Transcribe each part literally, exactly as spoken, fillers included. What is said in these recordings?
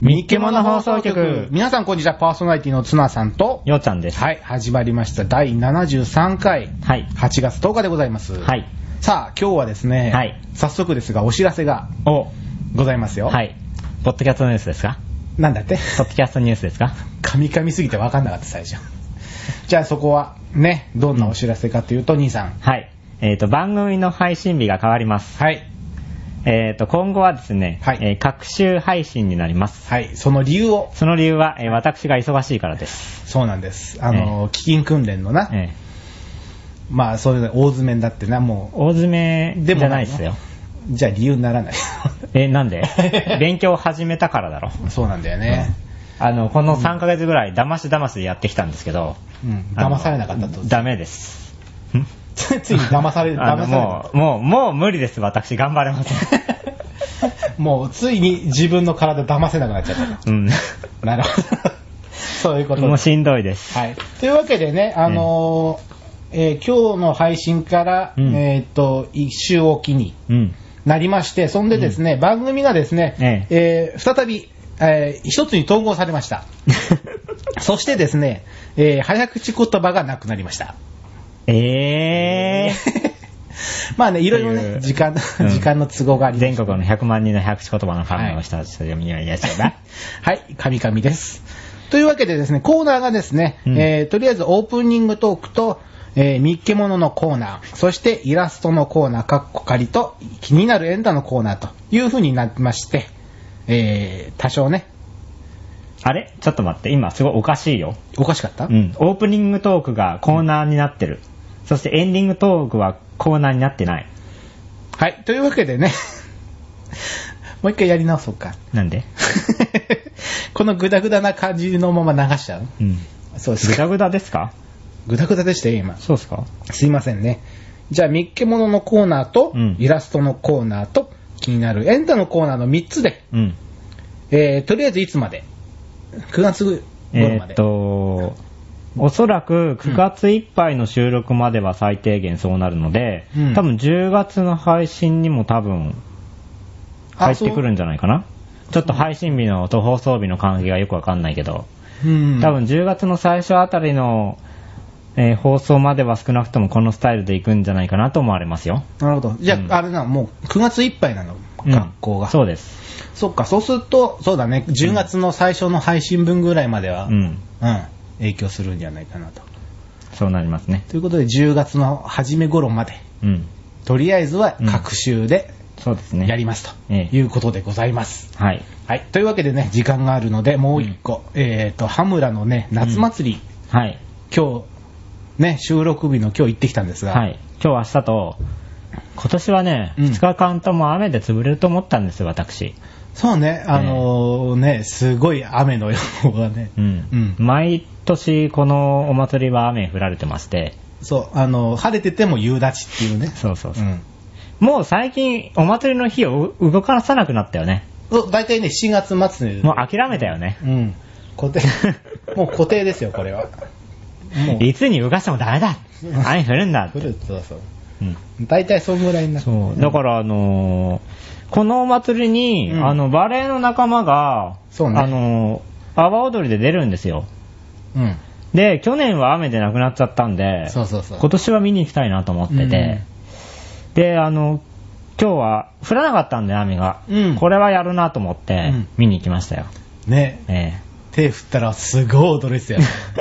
みっけもの放送局。皆さんこんにちは、パーソナリティのツナさんとようちゃんです。 はい、始まりましただいななじゅうさんかい、 はい、 はちがつとおかでございます。 はい、 さあ今日はですね、はい、早速ですがお知らせがございますよ。 はい、ポッドキャストニュースですか？ なんだって？ ポッドキャストニュースですか？ 噛み噛みすぎて分かんなかった最初。じゃあそこはね、どんなお知らせかというと、うん、兄さん、 はい、えーと番組の配信日が変わります。 はい、 えーと今後はですね、はい、えー、各週配信になります。 はい、その理由を。 その理由は、えー、私が忙しいからです。 そうなんです。あの、基金訓練のな、えー、まあそういう大詰めになってな、もう大詰めじゃないですよ。 じゃあ理由にならない。 え、なんで？勉強を始めたからだろ。 そうなんだよね。 うん、あのこのさんかげつぐらいだましだましでやってきたんですけど、 うん、騙されなかったと。 ダメです。 ついに騙される。騙される。 もうもうもう無理です。私頑張れません。 もうついに自分の体騙せなくなっちゃった。うん。なるほど。そういうこと。 もうしんどいです。 はい。というわけでね、あのーえー、今日の配信から、うん、えっといっしゅうおきになりまして、そんでですね、うん、番組がですね、えええー、再び、えー、一つに統合されました。そしてですね、えー、早口言葉がなくなりました。 えー。 まあね、いろいろね、時間、うん、時間の都合があります。 全国のひゃくまんにんの早口言葉のファンの人たちと読みはいらっしゃるな。 はい、神々です。というわけでですね、コーナーがですね、うん、えー、とりあえずオープニングトークと、えー、みっけもののコーナー、そしてイラストのコーナー、カッコ仮と、気になるエンタのコーナーという風になってまして、えー、多少ね。 あれちょっと待って、今すごいおかしいよ。 おかしかった？ うん。オープニングトークがコーナーになってる。うん、そしてエンディングトークはコーナーになってない。 はい。というわけでね、もう一回やり直そうか。 なんで？ このグダグダな感じのまま流しちゃう？うん。そうですか。 グダグダですか？ グダグダでしたよ、今。 そうですか？ すいませんね。じゃあ、みっけもののコーナーと、うん、イラストのコーナーと、気になるエンタのコーナーのみっつで、うん、えー、とりあえずいつまで？くがつ頃まで。 えーっと、おそらくくがついっぱいの収録までは最低限そうなるので、うん、多分じゅうがつの配信にも多分入ってくるんじゃないかな。ちょっと配信日のと放送日の関係がよくわかんないけど、うん、多分じゅうがつの最初あたりの、えー、放送までは少なくともこのスタイルでいくんじゃないかなと思われますよ。 なるほど。じゃあ、うん、あれな、もうくがついっぱいなの、学校が。 うん、そうです。 そっか、そうすると、そうだね、じゅうがつの最初の配信分ぐらいまでは、うん、うん、影響するんじゃないかなと。 そうなりますね。 ということで、じゅうがつの初め頃まで、うん、とりあえずは各週で、うん、そうですね、やりますということでございます。 はい。 はい。というわけでね、時間があるので、もう一個、うん、えっと、羽村のね、夏祭り、うん、はい。今日、ね、収録日の今日行ってきたんですが、 はい。今日明日と、今年はね、うん、ふつかかんとも雨で潰れると思ったんですよ、私。 そうね、あのー、ね、すごい雨の予報がね、 うん。うん。毎年このお祭りは雨降られてまして。 そう、あのー、晴れてても夕立っていうね。 そうそうそう。うん、もう最近お祭りの日を動かさなくなったよね。 そう、大体ね、しがつ末に。 もう諦めたよね。 うん。固定。もう固定ですよ、これは。 もういつに動かしてもダメだ。雨降るんだって。 降る、そうそう。うん。大体そんぐらいになって、 ね。そう。だからあのー、このお祭りに、うん、あの、バレエの仲間が、そうね。あのー、阿波踊りで出るんですよ。うん。で、去年は雨でなくなっちゃったんで、そうそうそう。今年は見に行きたいなと思ってて、うん、で、あの、今日は降らなかったんで雨が、うん、これはやるなと思って見に行きましたよ。 うん、ねえ。手振ったらすごい驚いてたよ。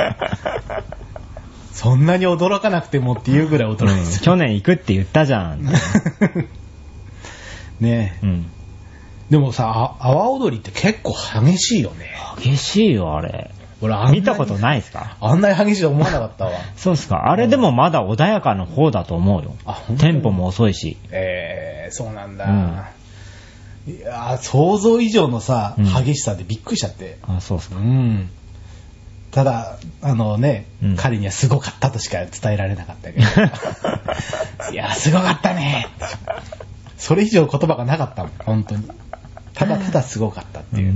そんなに驚かなくてもっていうぐらい驚いてた、うん、 去年行くって言ったじゃん。 ねえ、うん、でもさ、阿波踊りって結構激しいよね。 激しいよあれ。俺あん見たことないですか？ あんなに激しいと思わなかったわ。 そうですか。あれでもまだ穏やかな方だと思うよ。あ、テンポも遅いし。 えー、そうなんだ。うん、いや想像以上のさ、うん、激しさでびっくりしちゃって。 あ、そうですか。 うん。ただあのね、うん、彼にはすごかったとしか伝えられなかったけど。いやすごかったね。それ以上言葉がなかったもん本当に。ただただすごかったっていう。うん。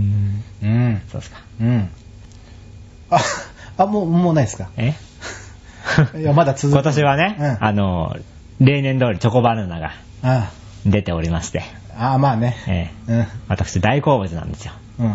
うん、 そうですか。 うん。あ、あ、もう、もうないですか？ えいや、まだ続く。 今年はね、うん、あの、例年通りチョコバナナが出ておりまして。 ああ、まあね。 ええ、うん、私大好物なんですよ。 うん。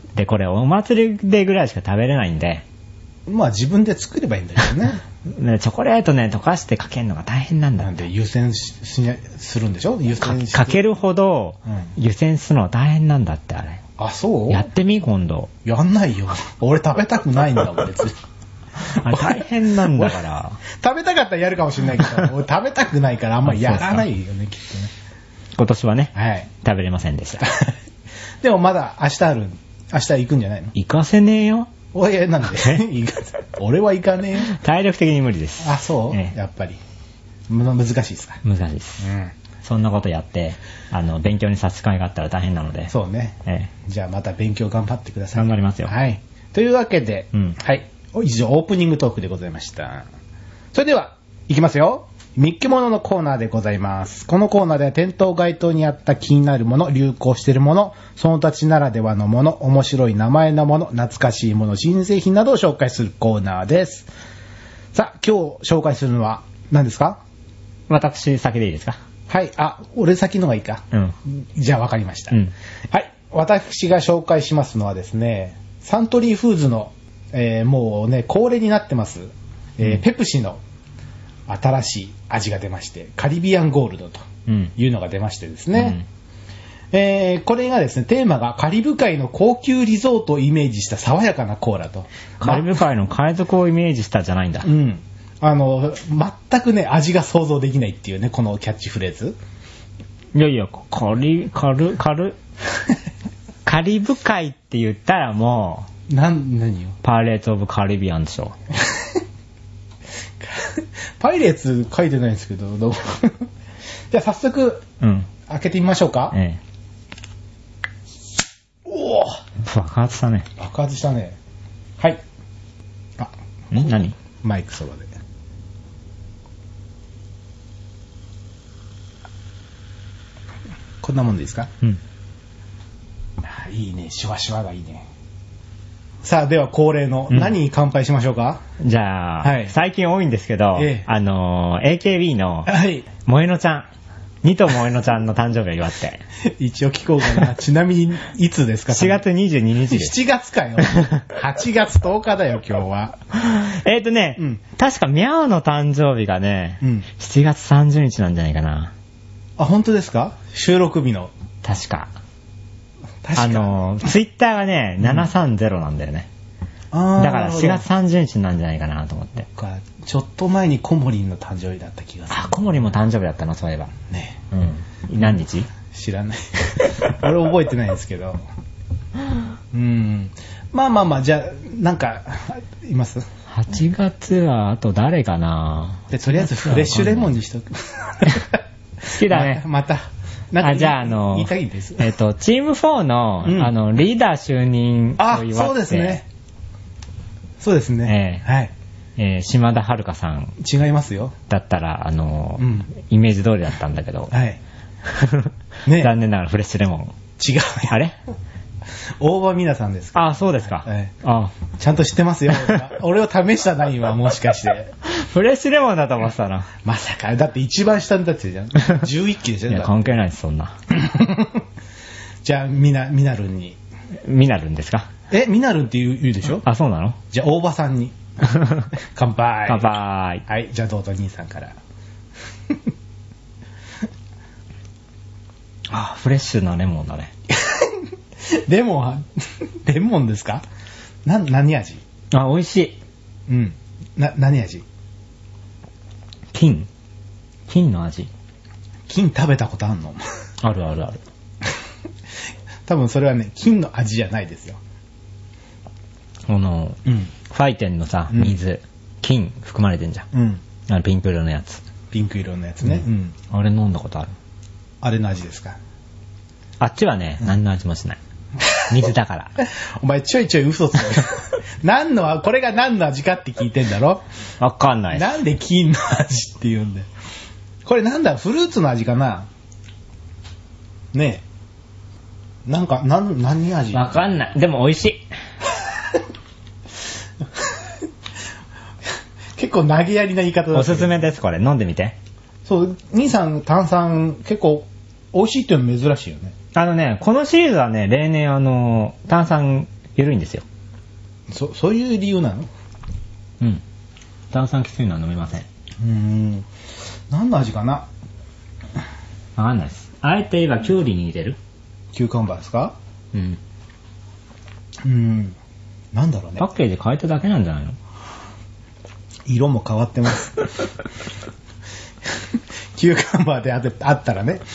で、これお祭りでぐらいしか食べれないんで。 まあ自分で作ればいいんだけどね。 ね、チョコレートね、溶かしてかけるのが大変なんだ。 なんで湯煎しするんでしょ？湯煎してかけるほど湯煎するのは大変なんだってあれ。 あ、そう？ やってみ今度。 やんないよ。俺食べたくないんだもん別に。 あれ大変なんだから。 食べたかったらやるかもしれないけど、俺食べたくないからあんまりやらないよねきっとね。 今年はね、 はい、 食べれませんでした。 でもまだ明日ある。明日行くんじゃないの？ 行かせねえよ。 おい、なんで俺は行かねえよ。 体力的に無理です。 あ、そう、ええ、やっぱり。難しいですか？ 難しいです。うん、そんなことやって、あの、勉強に差し支えがあったら大変なので。 そうね。ええ、じゃあまた勉強頑張ってください。 頑張りますよ。 はい。というわけで、うん、はい。以上、オープニングトークでございました。それでは、いきますよ。ミッケモノのコーナーでございます。このコーナーでは店頭街頭にあった気になるもの、流行しているもの、そのたちならではのもの、面白い名前のもの、懐かしいもの、新製品などを紹介するコーナーです。さあ、今日紹介するのは何ですか？ 私先でいいですか？ はい。あ、俺先のがいいか。うん。じゃあ分かりました。うん、はい。私が紹介しますのはですね、サントリーフーズの、えー、もうね、恒例になってます、えーうん、ペプシの新しい味が出まして、カリビアンゴールドというのが出ましてですね、うんえー、これがですね、テーマがカリブ海の高級リゾートをイメージした爽やかなコーラと。 カリブ海の海賊をイメージしたじゃないんだ。 うん。あの、全くね、味が想像できないっていうね、このキャッチフレーズ。 いやいや、カリ、カル、カル、カリブ海って言ったらもう、なん、何よ。 パイレーツ・オブ・カリビアンでしょ。 パイレーツ書いてないんですけど、どうじゃあ早速、うん、開けてみましょうか。ええ、おお爆発したね。 爆発したね。はい。 あ、ん何？ マイクそばで。こんなもんでいいですか？うん。あ、いいね。シュワシュワがいいね。さあ、では恒例の、何に乾杯しましょうか？ うん、じゃあ、はい、最近多いんですけど、ええ、あの、エーケービー の、はい、萌えのちゃん、ニト萌えのちゃんの誕生日を祝って。 一応聞こうかな。ちなみに、いつですか？ しがつにじゅうににちです。 しちがつかよ。はちがつとおかだよ、今日は。 えっとね、うん、確かミャオの誕生日がね、うん、しちがつさんじゅうにちなんじゃないかな。 あ、本当ですか？収録日の。 確か。あの、ツイッターがね、ななさんぜろなんだよね。うん、だからしがつさんじゅうにちなんじゃないかなと思って。 ちょっと前にコモリンの誕生日だった気がする。 あ、コモリンも誕生日だったの、そういえば。ねえ。うん。何日？ 知らない。俺覚えてないんですけど。うん。まあまあまあ、じゃあ、なんか、います？ はちがつは、あと誰かな？ で、とりあえずフレッシュレモンにしとく。好きだね。 また。またなんかあじゃあ、あの、 言いたいです。 えっと、チームフォーの、うん、あの、リーダー就任を祝って。 あ、そうですね。そうですね。 えー、はい。えー、島田遥さん。 違いますよ。 だったら、あの、うん、イメージ通りだったんだけど。はい。ね、残念ながらフレッシュレモン。 違う。 あれ大場美奈さんですか？あ、そうですか。はい、あちゃんと知ってますよ。俺を試したな、今、もしかして。 フレッシュレモンだと思ってたな。 まさか、だって一番下に立ってるじゃん。じゅういっきでしょ。 いや、関係ないです、そんな。 じゃあ、みな、みなるんに。 みなるんですか？ え、みなるんって言う、言うでしょ？ あ、そうなの？ じゃあ、大場さんに。乾杯。 乾杯。 はい、じゃあどうぞ兄さんから。 あ、フレッシュなレモンだね。 レモン、レモンですか？な、何味？ あ、美味しい。 うん。な、何味？ 金？金の味？ 金食べたことあんの？ あるあるある。 多分それはね、金の味じゃないですよ。 あの、うん、ファイテンのさ、水、うん、金含まれてんじゃん。うん。あのピンク色のやつ。 ピンク色のやつね。うん。 あれ飲んだことある？ あれの味ですか？ あっちはね、うん、何の味もしない。水だから。 お前ちょいちょい嘘つく。何の、これが何の味かって聞いてんだろ？ わかんない。 なんで金の味って言うんだよ。これなんだ、フルーツの味かな？ねえ。なんか、なん、何味？ わかんない。でも美味しい。 結構投げやりな言い方だ。 おすすめです、これ。飲んでみて。 そう、兄さん炭酸結構美味しいっていうの珍しいよね。 あのね、このシリーズはね、例年あの、炭酸緩いんですよ。 そそういう理由なの？ うん。炭酸きついのは飲めません。 うーん。何の味かな？ わかんないです。あえて言えばキュウリに入れる？ キューカンバーですか？ うん。 うーん。なんだろうね。 パッケージ変えただけなんじゃないの？ 色も変わってます。キューカンバーであったらね。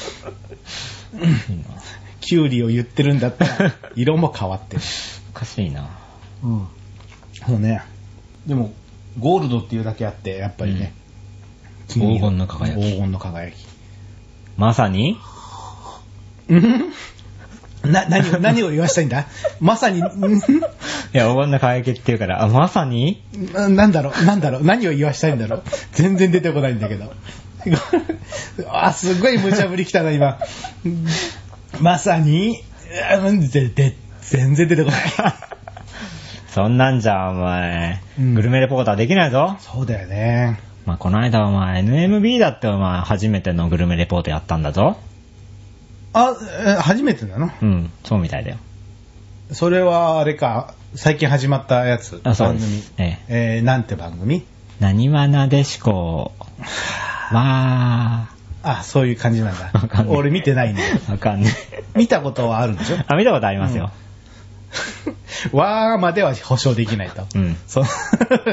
キュウリを言ってるんだったら色も変わってる。 おかしいな。 うん。そうね。でもゴールドっていうだけあってやっぱりね。 うん、黄金の輝き。 黄金の輝き。 まさに？ うんな、何を、何を言わしたいんだまさに。いや、 黄金の輝きっていうから、あ、まさにな、なんだろう、なんだろう、何を言わしたいんだろう。全然出てこないんだけど。あ、すっごい無茶ぶり来たな、今。まさに、全然出てこない。 そんなんじゃ、お前、うん、グルメレポーターできないぞ。 そうだよね。 まあ、この間、お前、エヌエムビー だって、お前、初めてのグルメレポートやったんだぞ。 あ、初めてなの？ うん、そうみたいだよ。 それはあれか、最近始まったやつ。 あ、そうです。 番組。えええー、なんて番組？ 何わなでしこ。わー。あ、そういう感じなんだ。わかんない。俺見てないんだよ。 わかんない。 見たことはあるんでしょ？ あ、見たことありますよ。 うん、わーまでは保証できないと。 うん。 そう。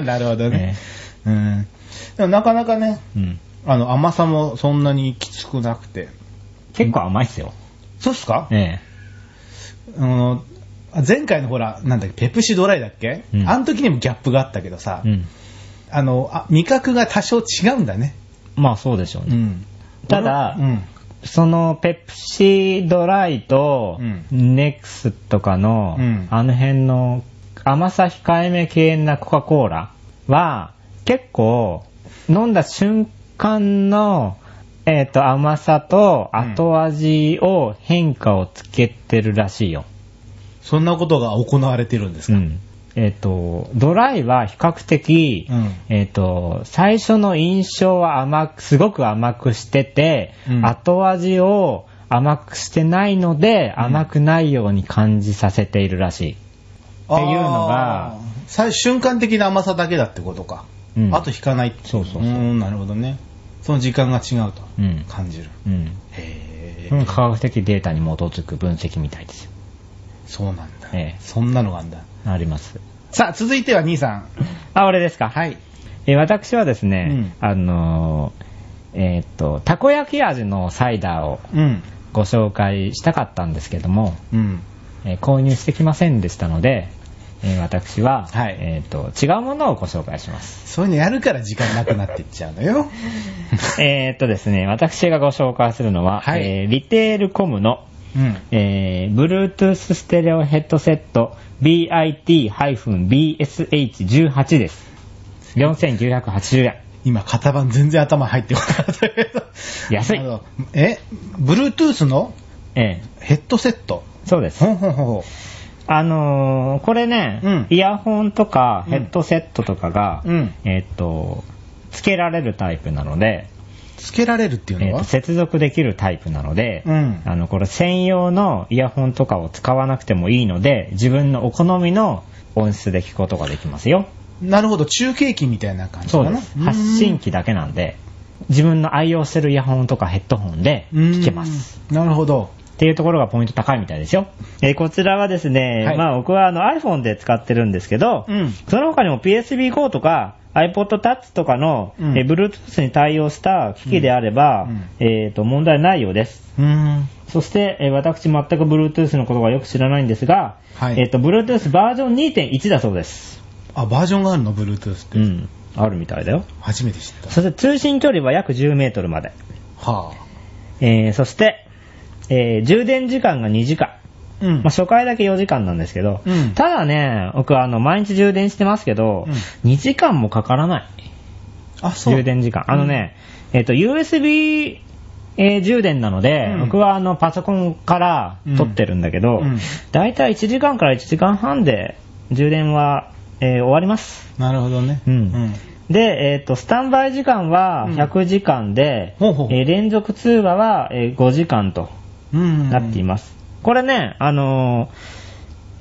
なるほどね。えー、うん。でもなかなかね、うん、あの甘さもそんなにきつくなくて。 結構甘いっすよ。 そうっすか？ ええ。あの、前回のほら、なんだっけ、ペプシドライだっけ？うん、あの時にもギャップがあったけどさ、うん、あのあ、味覚が多少違うんだね。 まあそうでしょうね。うん、ただ、 うん、 そのペプシドライとネクスとかの、うん、あの辺の甘さ控えめ系なコカ・コーラは結構飲んだ瞬間のえっと、甘さと後味を変化をつけてるらしいよ。 そんなことが行われてるんですか？うん、 えっと、ドライは比較的、うん、えっと、最初の印象は甘く、すごく甘くしてて、うん、後味を甘くしてないので、うん、甘くないように感じさせているらしい。っていうのが、 最瞬間的な甘さだけだってことか。うん、あと引かないって。 そうそうそう。 うん、なるほどね。その時間が違うと感じる。 うんうん、へー。科学的データに基づく分析みたいですよ。 そうなんだ。ええ、そんなのがあるんだ。 あります。 さあ、続いては兄さん。 あ、俺ですか。 はい。 え私はですね、うん、あのー、えー、っと、たこ焼き味のサイダーをご紹介したかったんですけども、うんえー、購入してきませんでしたので、えー、私は、はい、えー、と違うものをご紹介します。 そういうのやるから時間なくなっていっちゃうのよ。 えっとですね、私がご紹介するのは、はい、えー、リテールコムの、うんえー、Bluetooth ステレオヘッドセット ビーアイティー ビーエスエイチじゅうはち です。よんせんきゅうひゃくはちじゅうえん。 今型番全然頭入ってこなかったけど。 安い。 え Bluetooth のヘッドセット？ そうです。 ほんほんほんほん。 あのー、これね、うん、イヤホンとかヘッドセットとかが、うん、えー、っと、つけられるタイプなので、 つけられるっていうのは、えー、と接続できるタイプなので、うん、あの、これ専用のイヤホンとかを使わなくてもいいので、自分のお好みの音質で聞くことができますよ。 なるほど、中継機みたいな感じかな。 そうです。発信機だけなんで、自分の愛用してるイヤホンとかヘッドホンで聞けます。 なるほど。 っていうところがポイント高いみたいですよ。えー、こちらはですね、はい、まあ僕はあの iPhone で使ってるんですけど、うん、その他にも ピーエスビーゴー とか iPod Touch とかの、うんえー、Bluetooth に対応した機器であれば、うんえー、と問題ないようです。うんそして、えー、私全く Bluetooth のことがよく知らないんですが、はいえー、と Bluetooth バージョン にてんいち だそうです。 あ、バージョンがあるの Bluetooth って。 うん、あるみたいだよ。 初めて知った。 そして通信距離は約じゅうメートルまで。はあえー、そしてえー、充電時間がにじかん、うんまあ、初回だけよじかんなんですけど、うん、ただね僕はあの毎日充電してますけど、うん、にじかんもかからない。 あ、そう充電時間あのね、うん、えっと ユーエスビー、えー、充電なので、うん、僕はあのパソコンから撮ってるんだけど、うん、だいたいいちじかんからいちじかんはんで充電は、えー、終わります。 なるほどね、 うんうんで、えっと、スタンバイ時間はひゃくじかんで、うんほうほうえー、連続通話はごじかんとなっています。うんうん、これね、あのー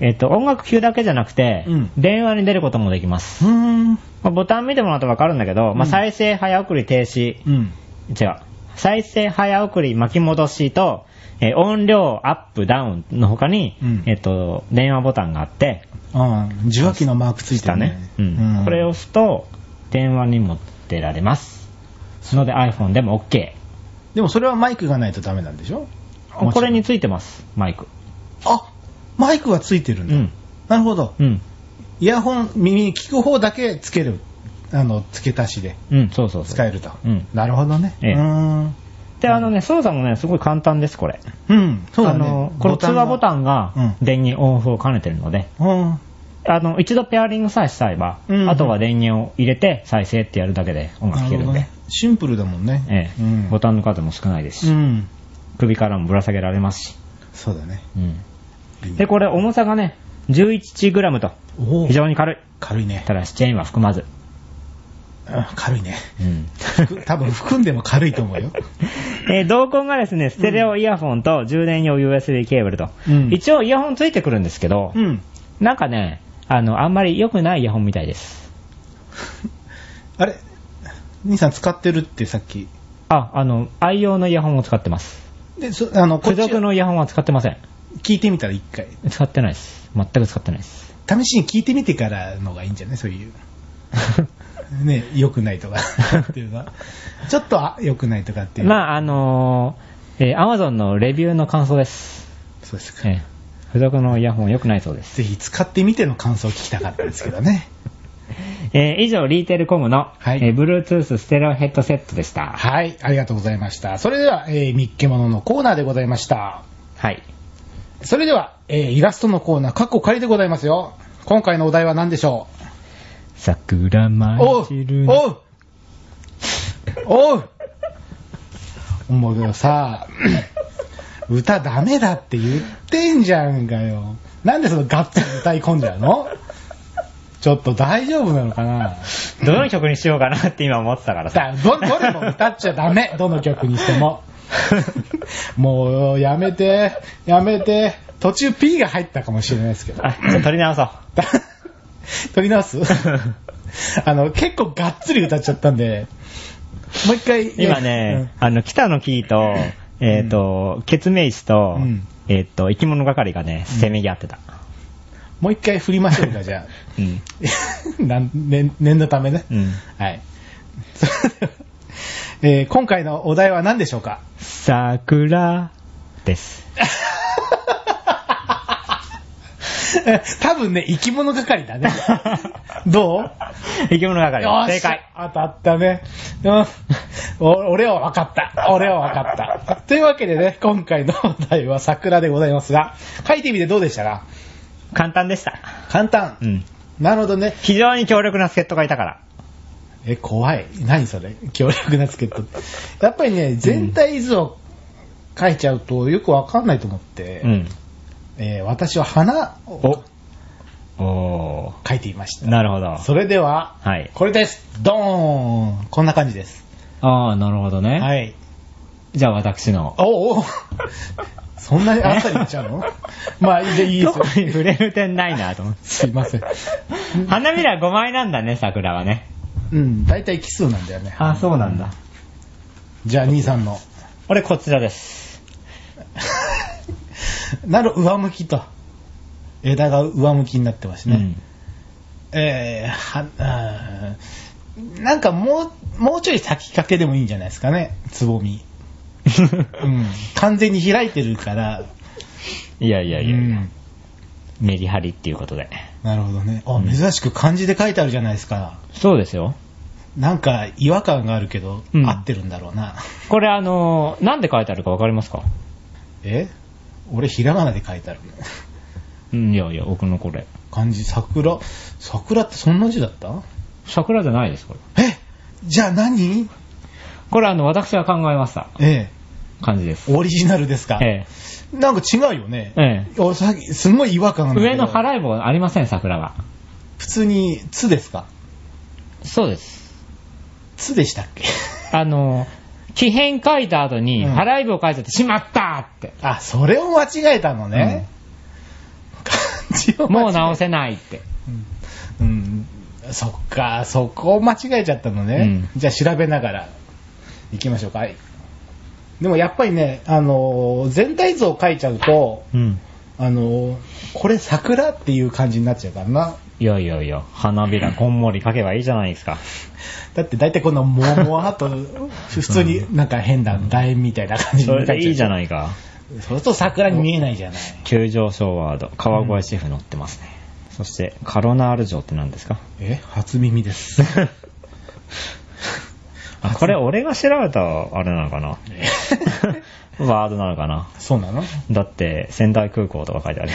えっと、音楽級だけじゃなくて、うん、電話に出ることもできます。うーん、まあ、ボタン見てもらうと分かるんだけど、うん、まあ、再生早送り停止、うん、違う、再生早送り巻き戻しと、えー、音量アップダウンの他に、うん、えっと、電話ボタンがあって、 ああ、受話器のマークついてるね。 うんうん、これを押すと電話にも出られます。ので iPhone でも OK。 でもそれはマイクがないとダメなんでしょ？ これについてます、マイク。 あ、マイクはついてるんだ。うん、なるほど。うん、イヤホン、耳に聞く方だけつける。あの、付け足しで。うん、そうそうそう。使えると。うん、なるほどね。ええ、うーん。 で、あのね、操作もね、すごい簡単です、これ。 うん、そうだね。あの、この通話ボタンが電源オンオフを兼ねてるので、うん、あの、一度ペアリングさえしたいば、うん、あとは電源を入れて再生ってやるだけで音楽聴けるんで。ね、 シンプルだもんね。 ええ、うん、ボタンの数も少ないですし、うん、首からもぶら下げられますし。 そうだね。 うん。で、これ重さがね、じゅういちグラムと、非常に軽い。 軽いね。 ただしチェーンは含まず。 軽いね、うん、多分含んでも軽いと思うよ。 えー、同梱がですね、ステレオイヤホンと充電用 ユーエスビー ケーブルと、うん、一応イヤホンついてくるんですけど、うん、なんかね、あの、あんまり良くないイヤホンみたいです。 あれ、兄さん使ってるってさっき。 あ、あの、愛用のイヤホンを使ってます。 で、そあの付属のイヤホンは使ってません。 聞いてみたら一回。 使ってないです。全く使ってないです。 試しに聞いてみてからのがいいんじゃない？そういう。ね、良くないとかっていうのはちょっと良くないとかっていう。 まああのー、えー、Amazon のレビューの感想です。 そうですか。 えー、付属のイヤホン良くないそうです。 ぜひ使ってみての感想を聞きたかったんですけどね。 えー、以上リーテルコムの、はい、えー、Bluetooth ステレオヘッドセットでした。 はい、ありがとうございました。それでは、えー、みっけもののコーナーでございました。 はい。 それでは、えー、イラストのコーナー、カッコ仮でございますよ。今回のお題は何でしょう？ 桜舞い散る。 おうおうもうさ、歌ダメだって言ってんじゃんかよ。なんでそのガッツリ歌い込んじゃうの？ちょっと大丈夫なのかな？ どの曲にしようかなって今思ってたからさ。 ど、どれも歌っちゃダメ。どの曲にしても。もうやめて、やめて。途中 P が入ったかもしれないですけど。 あ、じゃあ取り直そう。 取り直すあの、結構がっつり歌っちゃったんで、もう一回。 今ね、うん、あの、北野キーと、えっ、ー、と、うん、ケツメイシと、うん、えっ、ー、と、生き物係がね、せめぎ合ってた。 もう一回振りましょうか、じゃあ。うん。なん念、念のためね。うん。はい。えー、今回のお題は何でしょうか？ 桜です。 多分ね、生き物係だね。どう？ 生き物係。正解。 当たったね。うん、俺は分かった。俺は分かった。というわけでね、今回のお題は桜でございますが、書いてみてどうでしたか？ 簡単でした。 簡単。うん。なるほどね。 非常に強力な助っ人がいたから。 え、怖い。何それ？強力な助っ人。やっぱりね、全体図を書いちゃうとよく分かんないと思って。うん。えー、私は花を書いていました。 なるほど。 それでは、はい、これです。ドーン。こんな感じです。 ああ、なるほどね。 はい。 じゃあ私の。 おおそんなにあっさり言っちゃうの？まあ、いいですよ。 特に触れる点ないなと思って。 すいません。 花びらごまいなんだね、桜はね。 うん、だいたい奇数なんだよね。 あ、そうなんだ。 じゃあ、兄さんの。 俺こちらです。 なる上向きと。枝が上向きになってますね。うん、えー、は、あー、なんかもう、もうちょい咲きかけでもいいんじゃないですかね、つぼみ。うん、完全に開いてるから。 いやいやいやいや、うん、メリハリっていうことで。 なるほどね。あ、うん、珍しく漢字で書いてあるじゃないですか。 そうですよ。 なんか違和感があるけど、うん、合ってるんだろうな。 これあのー、なんで書いてあるかわかりますか？ え？俺ひらがなで書いてあるの。 うん、いやいや、僕のこれ。 漢字、桜。桜ってそんな字だった？ 桜じゃないです、これ。 え？じゃあ何？ これあの、私が考えました。ええ。漢字です。 オリジナルですか？ええ。なんか違うよね。ええ。おさすごい違和感が。 上の払い棒ありません、桜が。 普通に、つですか？ そうです。 つでしたっけ？ あの、木片書いた後に、払い棒書いてて、しまったって。 あ、それを間違えたのね。 もう直せないって。 うん、うん、そっか、そこを間違えちゃったのね。うん、じゃあ調べながら行きましょうか。はい。でもやっぱりね、あのー、全体像を描いちゃうと、うん、あのー、これ桜っていう感じになっちゃうからな。 いやいやいや、花びらこんもり描けばいいじゃないですか。 だって大体このもわもわと普通になんか変な楕円みたいな感じになっちゃう。 それでいいじゃないか。 そうすると桜に見えないじゃない。 急上昇ワード、川越シェフ載ってますね。うん、そしてカロナール城って何ですか？ え、初耳です。 あ、これ俺が調べたあれなのかな。ワードなのかな。 そうなの？ だって仙台空港とか書いてあるよ。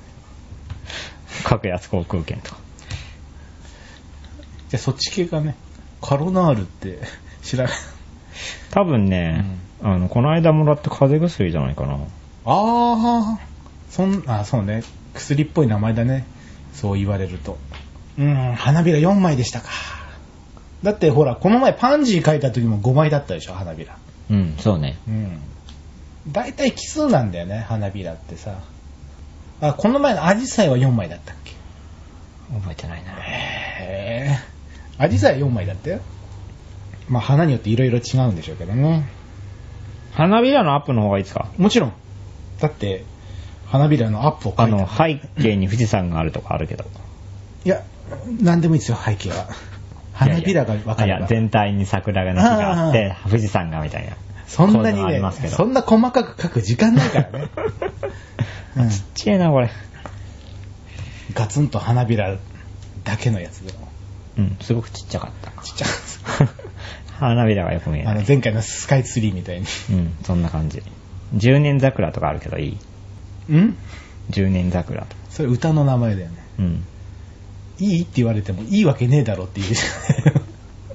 格安航空券とか。 じゃあそっち系がね、カロナールって知らない。 多分ね、うん、あのこの間もらった風邪薬じゃないかな。ああ、そんあそうね、薬っぽい名前だね。そう言われると。うん、花びらよんまいでしたか。だってほらこの前パンジー書いた時もごまいだったでしょ、花びら。 うん、そうね。 うん。だいたい奇数なんだよね、花びらってさ。あ、この前のアジサイはよんまいだったっけ？ 覚えてないな。 へぇー。アジサイはよんまいだったよ。まあ花によっていろいろ違うんでしょうけどね。 花びらのアップの方がいいですか？ もちろん。だって花びらのアップを書いてある。 あの背景に富士山があるとかあるけど。 いや、なんでもいいですよ、背景は。花びらが分かれば。 いやいや、全体に桜がの木があって富士山がみたいな。 そんなにね、そんな細かく書く時間ないからね。 うん、ちっちゃいなこれ。 ガツンと花びらだけのやつでも。 うん、すごくちっちゃかった。 ちっちゃかった。 花びらがよく見えない。 あの前回のスカイツリーみたいに。 うん、そんな感じ。十年桜とかあるけどいい？ん？十年桜とか。 それ歌の名前だよね。うん。いいって言われてもいいわけねえだろって言うじゃん。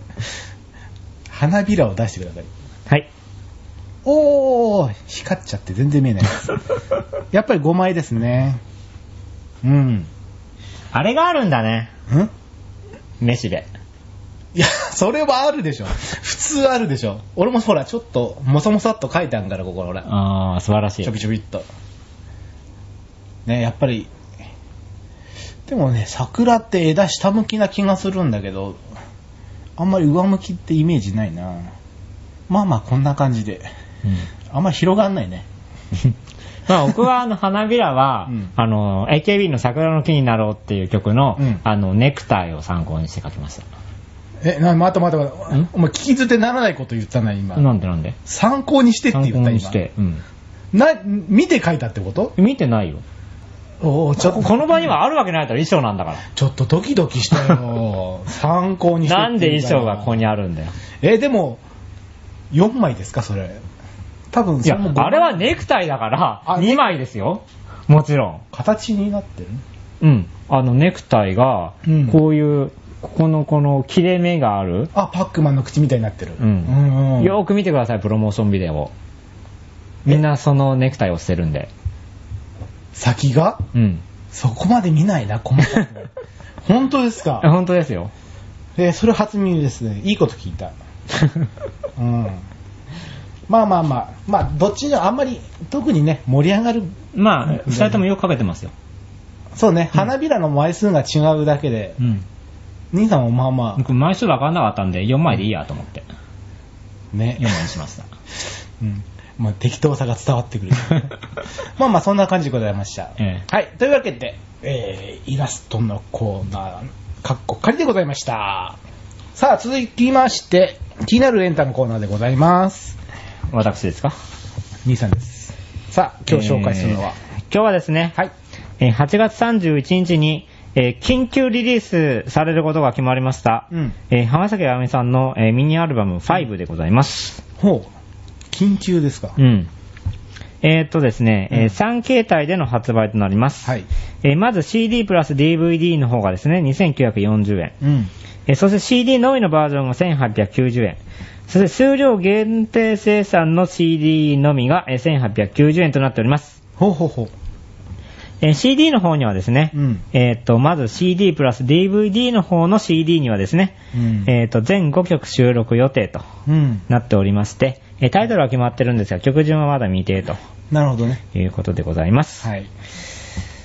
花びらを出してください。 はい。 おー、光っちゃって全然見えないです。やっぱりごまいですね。うん。 あれがあるんだね。ん？めしべ。 いや、それはあるでしょ。普通あるでしょ。俺もほら、ちょっと、もさもさっと書いてあるから、ここほら。 あー、素晴らしい。 ちょびちょびっと。ね、やっぱり。でもね、桜って枝下向きな気がするんだけど、あんまり上向きってイメージないな。まあまあ、こんな感じで。うん、あんまり広がんないね。 まあ僕はあの花びらは、うん、あの エーケービー の桜の木になろうっていう曲の、うん、あのネクタイを参考にして書きました。 え、な、待って待って待って。お前聞き捨てならないこと言ったな今。 なんでなんで？ 参考にしてって言った今。参考にして。うん。な、見て書いたってこと？ 見てないよ。おちょっとこの場にはあるわけないだろ、衣装なんだから。 ちょっとドキドキしたよ。参考にしてって。 なんで衣装がここにあるんだよ。 え、でもよんまいですかそれ？多分それもいや、あれはネクタイだからにまいですよ。もちろん。 形になってる？ うん。あのネクタイがこういう、うん、ここのこの切れ目がある。 あ、パックマンの口みたいになってる。 うん。うんうん、よーく見てください、プロモーションビデオを。みんなそのネクタイをしてるんで。 先が？うん。そこまで見ないな、細かく。本当ですか？ 本当ですよ。 えー、それ初耳ですね。いいこと聞いた。うん。まあまあまあ、まあ、どっちのあんまり特にね、盛り上がる。 まあ、ふたりともよくかけてますよ。 そうね、うん、花びらの枚数が違うだけで、うん、兄さんもまあまあ。 僕、枚数分かんなかったんで、よんまいでいいやと思って。ね。よんまいにしました。 うん。まあ、適当さが伝わってくる。まあまあ、そんな感じでございました。ええ、はい。というわけで、えー、イラストのコーナー、かっこ仮でございました。さあ、続きまして、気になるエンタのコーナーでございます。 私ですか？ 兄さんです。さあ、今日紹介するのは、 えー、今日はですね、はい、えー、はちがつさんじゅういちにちに、えー、緊急リリースされることが決まりました、うんえー、浜崎あゆみさんの、えー、ミニアルバムファイブでございます。 ほう、緊急ですか？ うん。えー、っとですね、うんえー、さん形態での発売となります。はいえー、まず シーディー プラス ディーブイディー の方がですね、にせんきゅうひゃくよんじゅうえん。うんえー、そして シーディー のみのバージョンがせんはっぴゃくきゅうじゅうえん。そして数量限定生産の シーディー のみがせんはっぴゃくきゅうじゅうえんとなっております。 ほうほうほう。 えー、シーディー の方にはですね、うん、えー、っと、まず シーディー プラス ディーブイディー の方の シーディー にはですね、うん、えー、っと、全ごきょく収録予定となっておりまして、うん、タイトルは決まってるんですが、曲順はまだ未定と。 なるほどね。 いうことでございます。はい。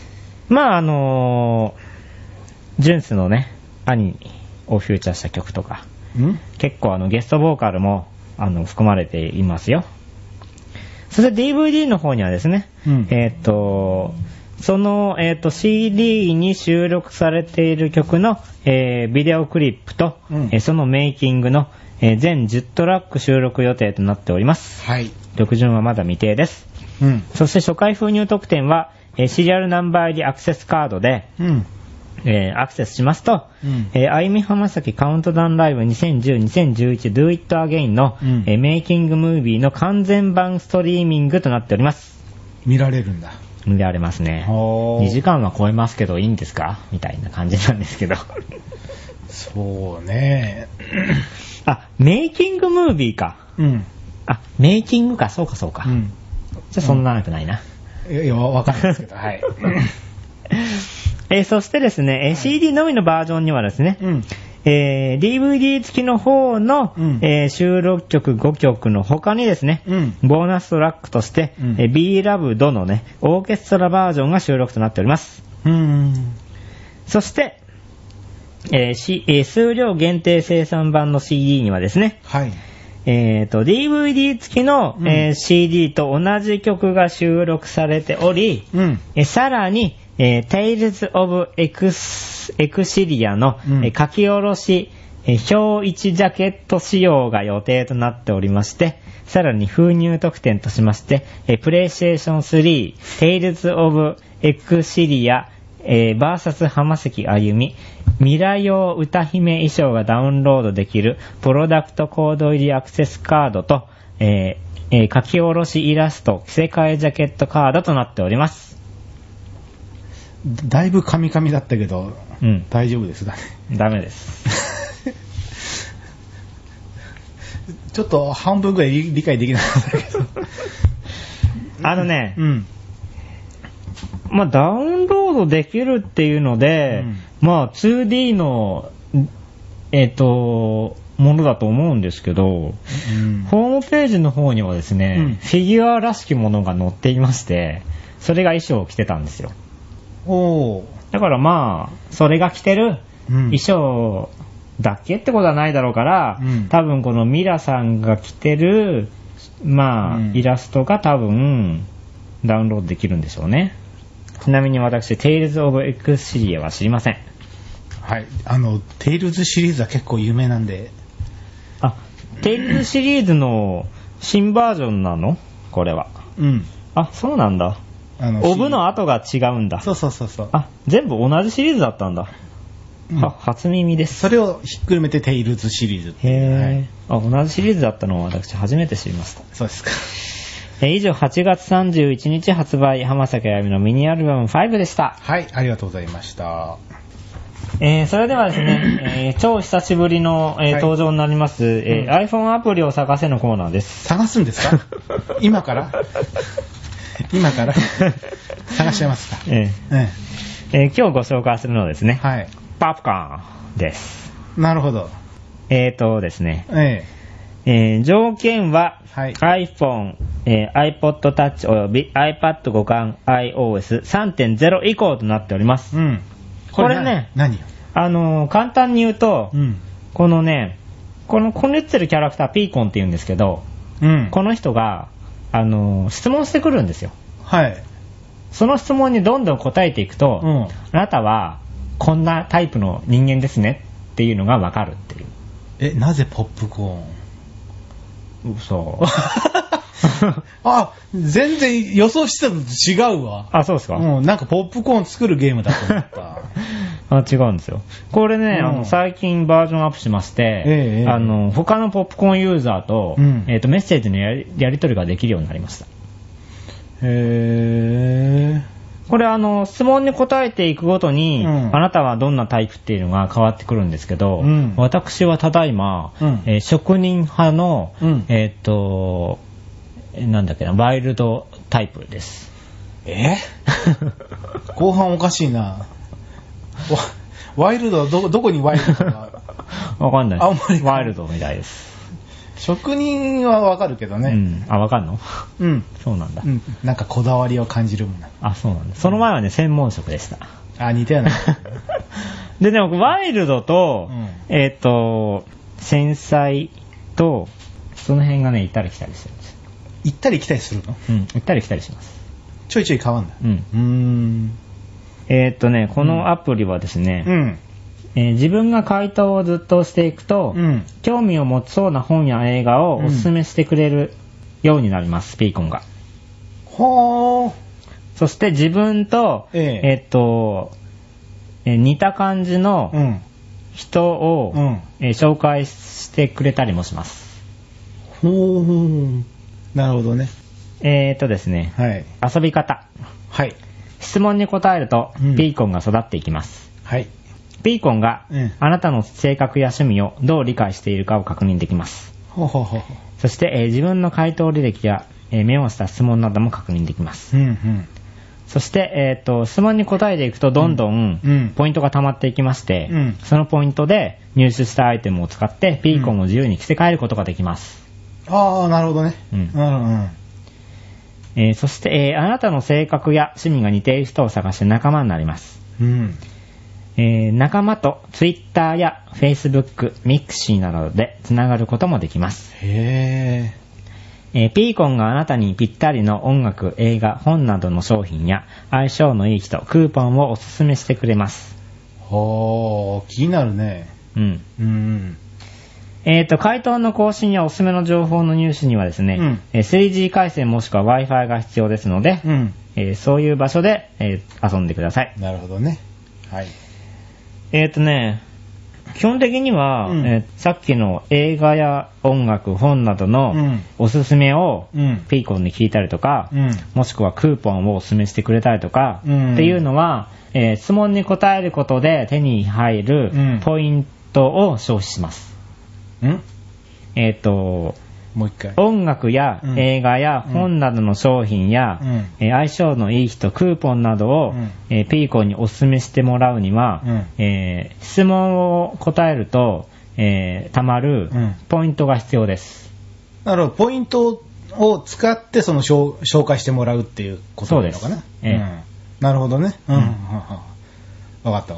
まああのー、ジュンスのね、兄をフューチャーした曲とか、ん結構あのゲストボーカルもあの含まれていますよ。そして ディーブイディー の方にはですね、うん、えっ、ー、と、その、えー、と シーディー に収録されている曲の、えー、ビデオクリップと、うんえー、そのメイキングの、えー、全じゅうトラック収録予定となっております。はい。曲順はまだ未定です。うん、そして初回封入特典は、えー、シリアルナンバー入りアクセスカードで、うんえー、アクセスしますと、うんえー、あゆみ浜崎カウントダウンライブにせんじゅう、にせんじゅういち Do It Again の、うんえー、メイキングムービーの完全版ストリーミングとなっております。 見られるんだ。 見られますね。にじかんは超えますけどいいんですかみたいな感じなんですけど。 そうね。 あ、メイキングムービーか。うん。あ、メイキングか、そうかそうか。うん、じゃあそんな長くないな。 うん、いや、わかんないですけど、はい。 えー、そしてですね、はい、シーディー のみのバージョンにはですね、うんえー、ディーブイディー 付きの方の、うんえー、収録曲ごきょくの他にですね、うん、ボーナストラックとして、うんえー、Be Loved のね、オーケストラバージョンが収録となっております。うんそして、えーしえー、数量限定生産版の シーディー にはですね、はいえー、と ディーブイディー 付きの、うんえー、シーディー と同じ曲が収録されており、うんえー、さらにえー、Tales of Exilia の、うんえー、書き下ろし、えー、表一ジャケット仕様が予定となっておりまして、さらに封入特典としまして、えー、PlayStation スリー Tales of Exilia、えー、バーサス 浜崎あゆみ未来用歌姫衣装がダウンロードできるプロダクトコード入りアクセスカードと、えーえー、書き下ろしイラスト着せ替えジャケットカードとなっております。 だいぶカミカミだったけど、うん、大丈夫ですかね。 ダメです。 ちょっと半分ぐらい理解できなかったけど。 あのね、うん、まあダウンロードできるっていうので、うん、まあ ツーディー のえっとものだと思うんですけど、うん、ホームページの方にはですね、うん、フィギュアらしきものが載っていまして、それが衣装を着てたんですよ。おだからまあそれが着てる衣装だっけってことはないだろうから、うん、多分このミラさんが着てるまあ、うん、イラストが多分ダウンロードできるんでしょうね。ちなみに私 Tales of Exilia は知りません。 はい、あの Tales シリーズは結構有名なんで。 あ、Tales シリーズの新バージョンなのこれは。うん。あ、そうなんだ。あのオブの後が違うんだ。 そうそうそうそう。 あ、全部同じシリーズだったんだ。うん、は初耳です。 それをひっくるめてテイルズシリーズっていう。 へー、はい、あ、同じシリーズだったのを私初めて知りました。 そうですか。 え以上はちがつさんじゅういちにち発売浜崎あゆみのミニアルバムごでした。 はい、ありがとうございました。 えー、それではですね、えー、超久しぶりの、えーはい、登場になります、えーうん、iPhone アプリを探せのコーナーです。 探すんですか？今から今から探しちゃいますか？えーえーえー、今日ご紹介するのはですね、はい、パプコーンです。 なるほど。 えーとですね、えーえー、条件は、はい、iPhone、えー、iPod Touch および iPad 互換 アイオーエスさんてんゼロ 以降となっております。うん、これね、 何あのー、簡単に言うと、うん、このね、このこの言ってるキャラクターピーコンって言うんですけど、うん、この人があのー、質問してくるんですよ。はい。その質問にどんどん答えていくと、うん、あなたはこんなタイプの人間ですねっていうのがわかるっていう。 え、なぜポップコーン？ 嘘。 あ、全然予想してたのと違うわ。 あ、そうですか。 うん、なんかポップコーン作るゲームだと思った。 あ、違うんですよ。これね、うん、あの最近バージョンアップしまして、ええ、あの他のポップコーンユーザーと、うん、えーとメッセージのやり、やり取りができるようになりました。へー。これあの質問に答えていくごとに、うん、あなたはどんなタイプっていうのが変わってくるんですけど、うん、私はただいま、うんえー、職人派の、うん、えっとなんだっけな、ワイルドタイプです。 え後半おかしいな。ワイルドは ど, どこにワイルドがわかんない。あんまりワイルドみたいです。 職人はわかるけどね。 うん。あ、わかんの？ うん。 そうなんだ。 うん。なんかこだわりを感じるもんな。 あ、そうなんだ。その前はね、専門職でした。 あ、似たような。 で、でも、ワイルドと、うん、えっ、ー、と、繊細と、その辺がね、行ったり来たりするんです。 行ったり来たりするの？ うん、行ったり来たりします。 ちょいちょい変わんだ。 うん。うーん。えっ、ー、とね、このアプリはですね、うん。えー、自分が回答をずっとしていくと、うん、興味を持ちそうな本や映画をおすすめしてくれるようになります、うん、ピーコンが。 ほー。 そして自分と、えー、えー、っと、えー、似た感じの人を、うんえー、紹介してくれたりもします。 ほー。なるほどね。 えー、っとですね、はい、遊び方。 はい。 質問に答えると、うん、ピーコンが育っていきます。 はい。 ピーコンが、うん、あなたの性格や趣味をどう理解しているかを確認できます。 ほうほうほう。 そして、えー、自分の回答履歴や、えー、メモした質問なども確認できます。うんうん、そして、えーと、質問に答えていくとどんどん、うん、ポイントが溜まっていきまして、うん、そのポイントで入手したアイテムを使ってピーコンを自由に着せ替えることができます。 うん、ああ、なるほどね。うんうんうんえー、そして、えー、あなたの性格や趣味が似ている人を探して仲間になります。うんえー、仲間と Twitter や Facebook、Mixi などでつながることもできます。 へー、えー、ピーコンがあなたにぴったりの音楽、映画、本などの商品や相性のいい人、クーポンをおすすめしてくれます。 はあ、気になるね。 うん。うん。えっ、ー、と、回答の更新やおすすめの情報の入手にはですね、うんえー、スリージー 回線もしくは Wi-Fi が必要ですので、うんえー、そういう場所で、えー、遊んでください。 なるほどね。はい。 えっ、ー、とね、基本的には、うんえー、さっきの映画や音楽、本などのおすすめをピーコンに聞いたりとか、うん、もしくはクーポンをおすすめしてくれたりとか、うん、っていうのは、えー、質問に答えることで手に入るポイントを消費します。 うん、 えっ、ー、と、 もう一回。 音楽や映画や本などの商品や、うんえー、相性のいい人、クーポンなどを、うんえー、ピーコンにお勧めしてもらうには、うんえー、質問を答えると、えー、たまるポイントが必要です。 なるほど。ポイントを使ってその紹介してもらうっていうことなのかな。そうです。えーうん、なるほどね。うんうん、分かった分かった。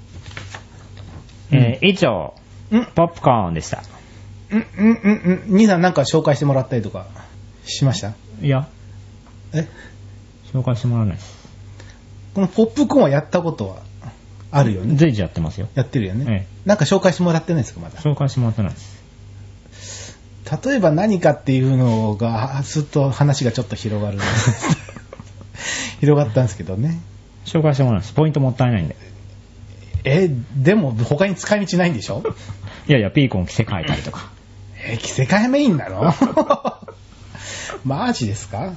えー、以上、ポップコーンでした。 うんうんうんうん。兄さんなんか紹介してもらったりとかしました？ いや。 え？ 紹介してもらわないです。 このポップコーンはやったことはあるよね。 随時やってますよ。 やってるよね。ええ、なんか紹介してもらってないですかまだ？ 紹介してもらってないです。 例えば何かっていうのがすっと話がちょっと広がる広がったんですけどね。 紹介してもらわないです。ポイントもったいないんで。 え、でも他に使い道ないんでしょ？ いやいや、ピーコン着せ替えたりとか。 え、着せ替えメインなの？マジですか？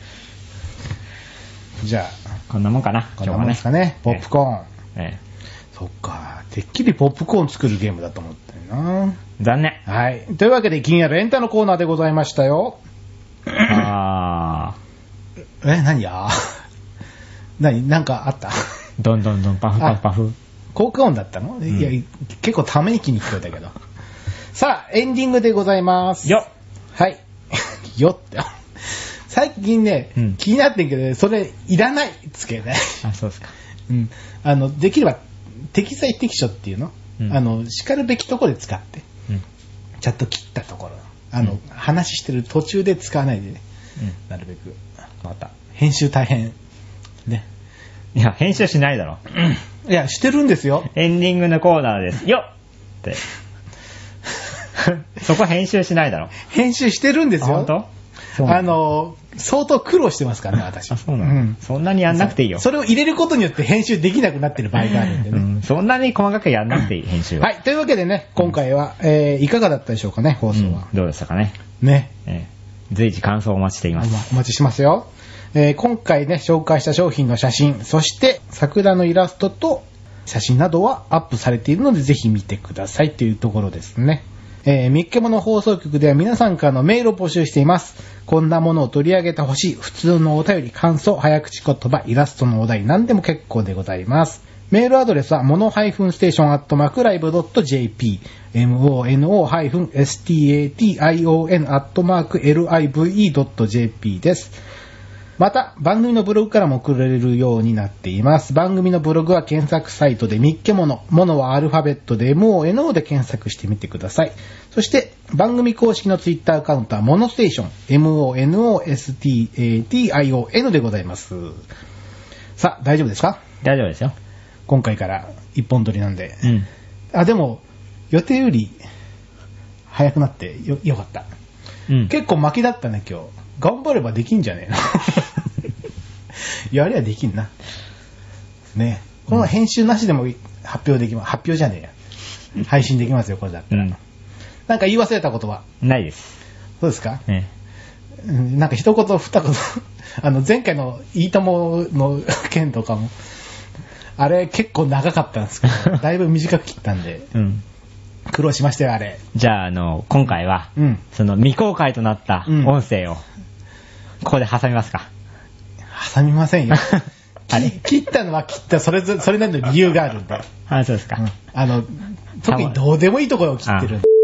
じゃあ。 こんなもんかな。 こんなもんですかね。ポップコーン。 ええ。 そっか。てっきりポップコーン作るゲームだと思ったよな。 残念。 はい。というわけで気になるエンタのコーナーでございましたよ。 あー。え、何や何なんかあった？ どんどんどんパフパフパフ。 効果音だったの？うん、いや、結構ため息に聞こえたけど。さあ、エンディングでございます。 よっはい。よって。最近ね、うん、気になってんけど、それいらないっつけね。 あ、そうですか。 うん。あの、できれば、適材適所っていうの、うん、あの、叱るべきところで使って、うん、ちゃんと切ったところ、あの、うん、話してる途中で使わないでね、うん、なるべく。また、編集大変。ね。 いや、編集しないだろ。 いや、してるんですよ。 エンディングのコーナーです。よっって。そこ編集しないだろ。 編集してるんですよ。 本当？あの、相当苦労してますからね、私。 あ、そうなの、うん、そんなにやんなくていいよ。 それを入れることによって編集できなくなってる場合があるんでね。うん、 そんなに細かくやんなくていい、編集は。 はい、というわけでね、今回は、えー、いかがだったでしょうかね、放送は。 うん、どうでしたかね。 ね。 えー、随時感想をお待ちしています。 お待ちしますよ。えー、今回ね、紹介した商品の写真、そして桜のイラストと写真などはアップされているので、ぜひ見てくださいというところですね。えー、みっけもの放送局では皆さんからのメールを募集しています。こんなものを取り上げてほしい、普通のお便り、感想、早口言葉、イラストのお題、何でも結構でございます。 メールアドレスは モノステーション アットマーク ライブ ドット ジェーピー モノ ステーション アットマーク ライブ ドット ジェーピー です。また、番組のブログからも送れるようになっています。番組のブログは検索サイトでみっけもの、ものはアルファベットで モノ で検索してみてください。そして、番組公式のツイッターアカウントはモノステーション、モノステーション でございます。さあ、大丈夫ですか？ 大丈夫ですよ。 今回から一本撮りなんで。 うん。 あ、でも、予定より早くなってよ、よかった。うん。結構巻きだったね、今日。頑張ればできんじゃねえのやりゃできんな。ね。この編集なしでも発表できます。発表じゃねえや。配信できますよ、これだったら。うん。なんか言い忘れた言葉。 ないです。 そうですか？ ね。 なんか一言二言、あの前回のいいともの件とかも、あれ結構長かったんですけど、だいぶ短く切ったんで、うん、苦労しましたよ、あれ。 じゃあ、あの、今回は、うん、その未公開となった音声を、ここで挟みますか？ 挟みませんよ。あれ切ったのは切った、それぞれ、それなりの理由があるんで。 あ、そうですか。うん、 あの、特にどうでもいいところを切ってるんで。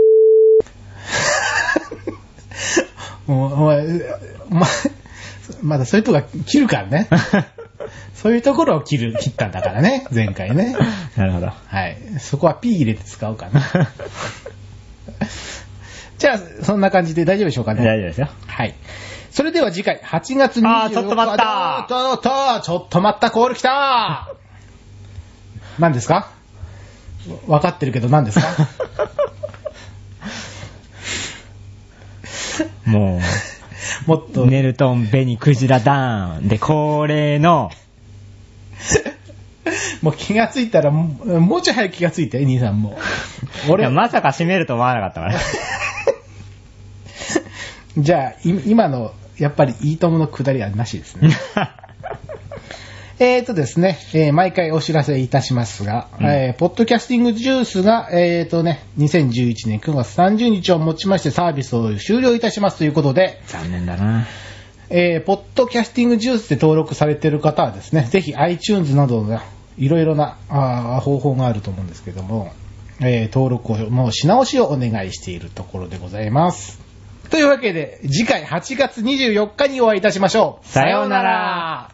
もうお前、お前、まだそういうとこが切るからね。そういうところを切る、切ったんだからね、前回ね。 なるほど。 はい。そこは P 入れて使うかな。じゃあ、そんな感じで大丈夫でしょうかね。 大丈夫ですよ。 はい。それでは次回、はちがつにじゅうよっか。 あー、ちょっと待った。 ちょっと、ちょっと待った、コール来た。何ですか？分かってるけど何ですか？ もう、もっと。ネルトン、ベニ、クジラ、ダーン。で、恒例の、 もう気がついたら、もうちょい早く気がついて、兄さんも。 俺。いや、まさか締めると思わなかったから。 じゃあ、今の、やっぱり、いいとものくだりはなしですね。えーとですね、えー、毎回お知らせいたしますが、うん、えー、ポッドキャスティングジュースが、えーとね、にせんじゅういちねんくがつさんじゅうにちをもちましてサービスを終了いたしますということで、 残念だな。 えー、ポッドキャスティングジュースで登録されている方はですね、ぜひ iTunes などのいろいろなあ方法があると思うんですけども、えー、登録をもうし直しをお願いしているところでございます。というわけで、次回はちがつにじゅうよっかにお会いいたしましょう。 さようなら。